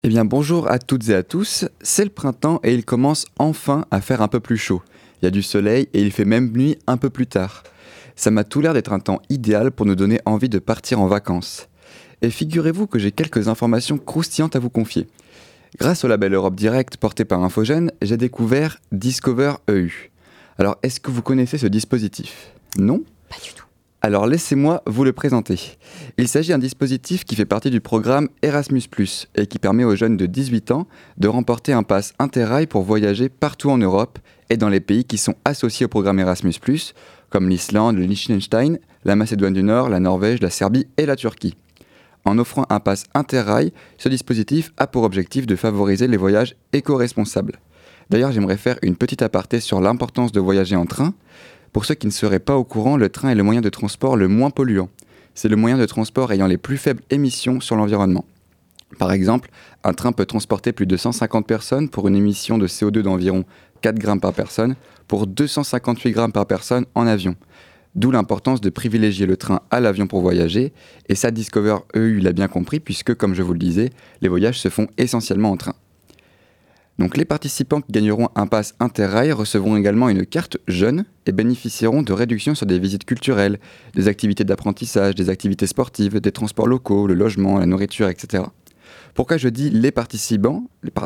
Eh bien bonjour à toutes et à tous, c'est le printemps et il commence enfin à faire un peu plus chaud. Il y a du soleil et il fait même nuit un peu plus tard. Ça m'a tout l'air d'être un temps idéal pour nous donner envie de partir en vacances. Et figurez-vous que j'ai quelques informations croustillantes à vous confier. Grâce au label Europe Direct porté par Infogène, j'ai découvert Discover EU. Alors est-ce que vous connaissez ce dispositif? Non? Pas du tout. Alors laissez-moi vous le présenter. Il s'agit d'un dispositif qui fait partie du programme Erasmus+, et qui permet aux jeunes de 18 ans de remporter un pass Interrail pour voyager partout en Europe et dans les pays qui sont associés au programme Erasmus+, comme l'Islande, le Liechtenstein, la Macédoine du Nord, la Norvège, la Serbie et la Turquie. En offrant un pass Interrail, ce dispositif a pour objectif de favoriser les voyages éco-responsables. D'ailleurs, j'aimerais faire une petite aparté sur l'importance de voyager en train. Pour ceux qui ne seraient pas au courant, le train est le moyen de transport le moins polluant. C'est le moyen de transport ayant les plus faibles émissions sur l'environnement. Par exemple, un train peut transporter plus de 150 personnes pour une émission de CO2 d'environ 4 grammes par personne, pour 258 grammes par personne en avion. D'où l'importance de privilégier le train à l'avion pour voyager, et ça Discover EU l'a bien compris puisque, comme je vous le disais, les voyages se font essentiellement en train. Donc les participants qui gagneront un pass Interrail recevront également une carte jeune et bénéficieront de réductions sur des visites culturelles, des activités d'apprentissage, des activités sportives, des transports locaux, le logement, la nourriture, etc. Pourquoi je dis les participants,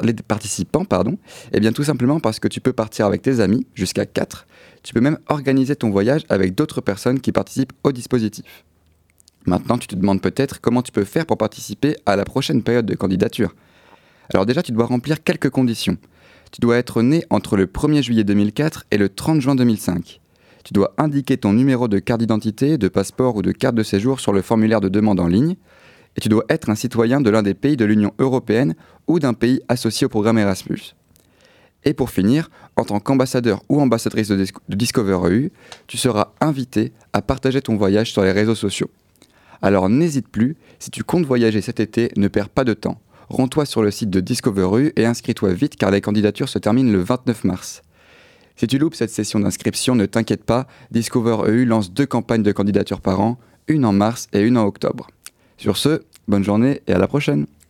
pardon? Eh bien tout simplement parce que tu peux partir avec tes amis, jusqu'à 4. Tu peux même organiser ton voyage avec d'autres personnes qui participent au dispositif. Maintenant, tu te demandes peut-être comment tu peux faire pour participer à la prochaine période de candidature. Alors déjà, tu dois remplir quelques conditions. Tu dois être né entre le 1er juillet 2004 et le 30 juin 2005. Tu dois indiquer ton numéro de carte d'identité, de passeport ou de carte de séjour sur le formulaire de demande en ligne. Et tu dois être un citoyen de l'un des pays de l'Union européenne ou d'un pays associé au programme Erasmus. Et pour finir, en tant qu'ambassadeur ou ambassadrice de Discover EU, tu seras invité à partager ton voyage sur les réseaux sociaux. Alors n'hésite plus, si tu comptes voyager cet été, ne perds pas de temps. Rends-toi sur le site de Discover EU et inscris-toi vite car les candidatures se terminent le 29 mars. Si tu loupes cette session d'inscription, ne t'inquiète pas, Discover EU lance 2 campagnes de candidature par an, une en mars et une en octobre. Sur ce, bonne journée et à la prochaine!